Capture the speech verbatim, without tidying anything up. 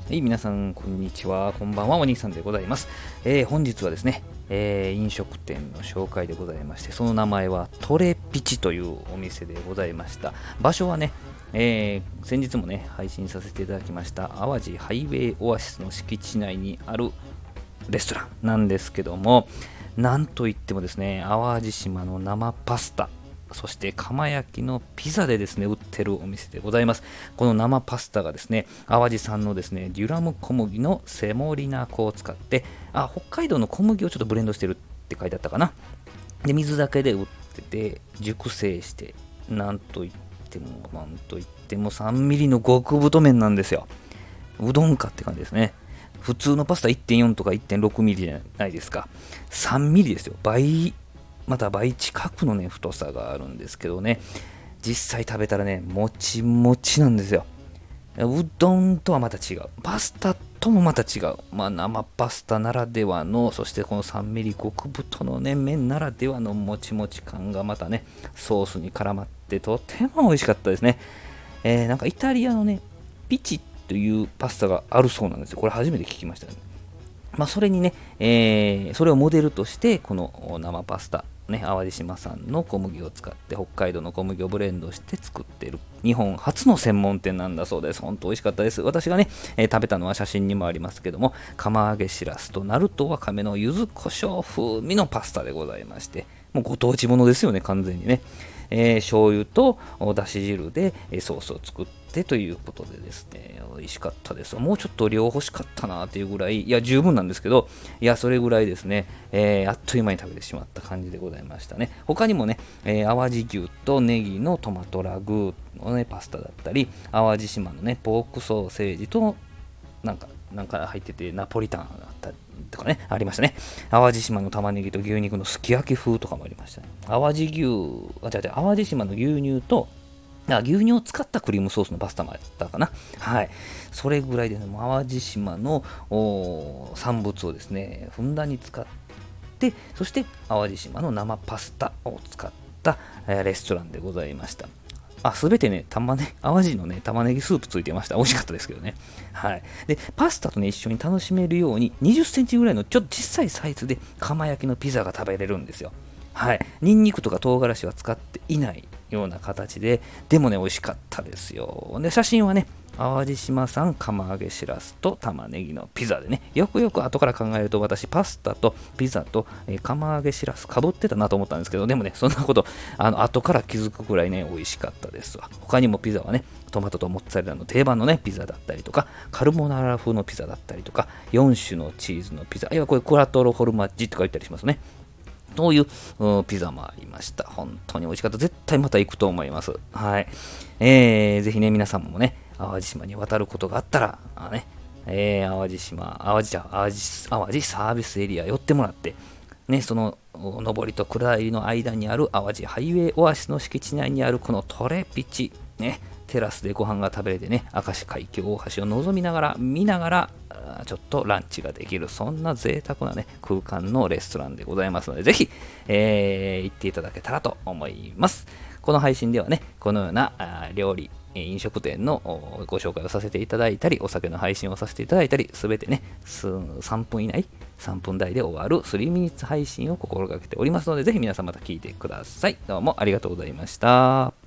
はい、皆さん、こんにちは。こんばんは。お兄さんでございます。えー本日はですね、えー飲食店の紹介でございまして、その名前はトレピチというお店でございました。場所はね、えー先日もね、配信させていただきました、淡路ハイウェイオアシスの敷地内にあるレストランなんですけども、なんといってもですね、淡路島の生パスタ、そして釜焼きのピザでですね、売ってるお店でございます。この生パスタがですね、淡路産のですね、デュラム小麦のセモリナ粉を使って、あ、北海道の小麦をちょっとブレンドしてるって書いてあったかな。で、水だけで売ってて、熟成して、なんといっても、なんといってもさんミリの極太麺なんですよ。うどんかって感じですね。普通のパスタいってんよんとかいってんろくミリじゃないですか。さんミリですよ。倍、また倍近くのね、太さがあるんですけどね。実際食べたらね、もちもちなんですよ。うどんとはまた違う。パスタともまた違う。まあ、生パスタならではの、そしてこのさんミリ極太のね、麺ならではのもちもち感がまたね、ソースに絡まってとても美味しかったですね。えーなんかイタリアのね、ピチというパスタがあるそうなんですよ。これ初めて聞きましたね。まあ、それにね、えーそれをモデルとして、この生パスタ、ね、淡路島産の小麦を使って、北海道の小麦をブレンドして作っている、日本初の専門店なんだそうです。本当美味しかったです。私がね、えー食べたのは写真にもありますけども、釜揚げしらすとナルトワカメの柚子胡椒風味のパスタでございまして、もうご当地ものですよね、完全にね。えー、醤油とだし汁でえーソースを作ってということでですね、美味しかったです。もうちょっと量欲しかったなっていうぐらい、いや、十分なんですけど、いや、それぐらいですね、えーあっという間に食べてしまった感じでございましたね。他にもね、えー淡路牛とネギのトマトラグのね、パスタだったり、淡路島のね、ポークソーセージとなんか、なんか入ってて、ナポリタンだったりとかね、ありましたね。淡路島の玉ねぎと牛肉のすき焼き風とかもありましたね。淡路牛、あ、違う違う、淡路島の牛乳と、あ牛乳を使ったクリームソースのパスタもあったかな。はい。それぐらいでね、もう淡路島のお産物をですね、ふんだんに使って、そして淡路島の生パスタを使った、えーレストランでございました。あ、すべてね、玉ね、淡路のね、玉ねぎスープついてました。美味しかったですけどね。はい。で、パスタとね、一緒に楽しめるように、にじゅっセンチぐらいのちょっと小さいサイズで、釜焼きのピザが食べれるんですよ。はい。ニンニクとか唐辛子は使っていないような形で、でもね、美味しかったですよ。で、写真はね、淡路島産釜揚げしらすと玉ねぎのピザでね、よくよく後から考えると私パスタとピザと、えー釜揚げしらすかぶってたなと思ったんですけど、でもね、そんなことあの後から気づくくらいね、美味しかったですわ。他にもピザはね、トマトとモッツァレラの定番のね、ピザだったりとか、カルボナーラ風のピザだったりとか、よん種のチーズのピザ、いや、これクラトロフォルマッジとか言ったりしますね。そういううんピザもありました。本当に美味しかった。絶対また行くと思います。はい。えー、ぜひね、皆さんもね、淡路島に渡ることがあったら、あね、えー、淡路島、淡路じゃ、淡路、淡路サービスエリア寄ってもらって、ね、その上りと下りの間にある淡路ハイウェイオアシスの敷地内にあるこのトレピチ、ね、テラスでご飯が食べれてね、明石海峡大橋を望みながら、見ながら、あちょっとランチができる、そんな贅沢なね、空間のレストランでございますので、ぜひ、えー行っていただけたらと思います。この配信ではね、このようなあ料理、えー飲食店のおご紹介をさせていただいたり、お酒の配信をさせていただいたり、すべてね、すさんぷん以内、さんぷん台で終わるスリーミニッツ配信を心がけておりますので、ぜひ皆さんまた聞いてください。どうもありがとうございました。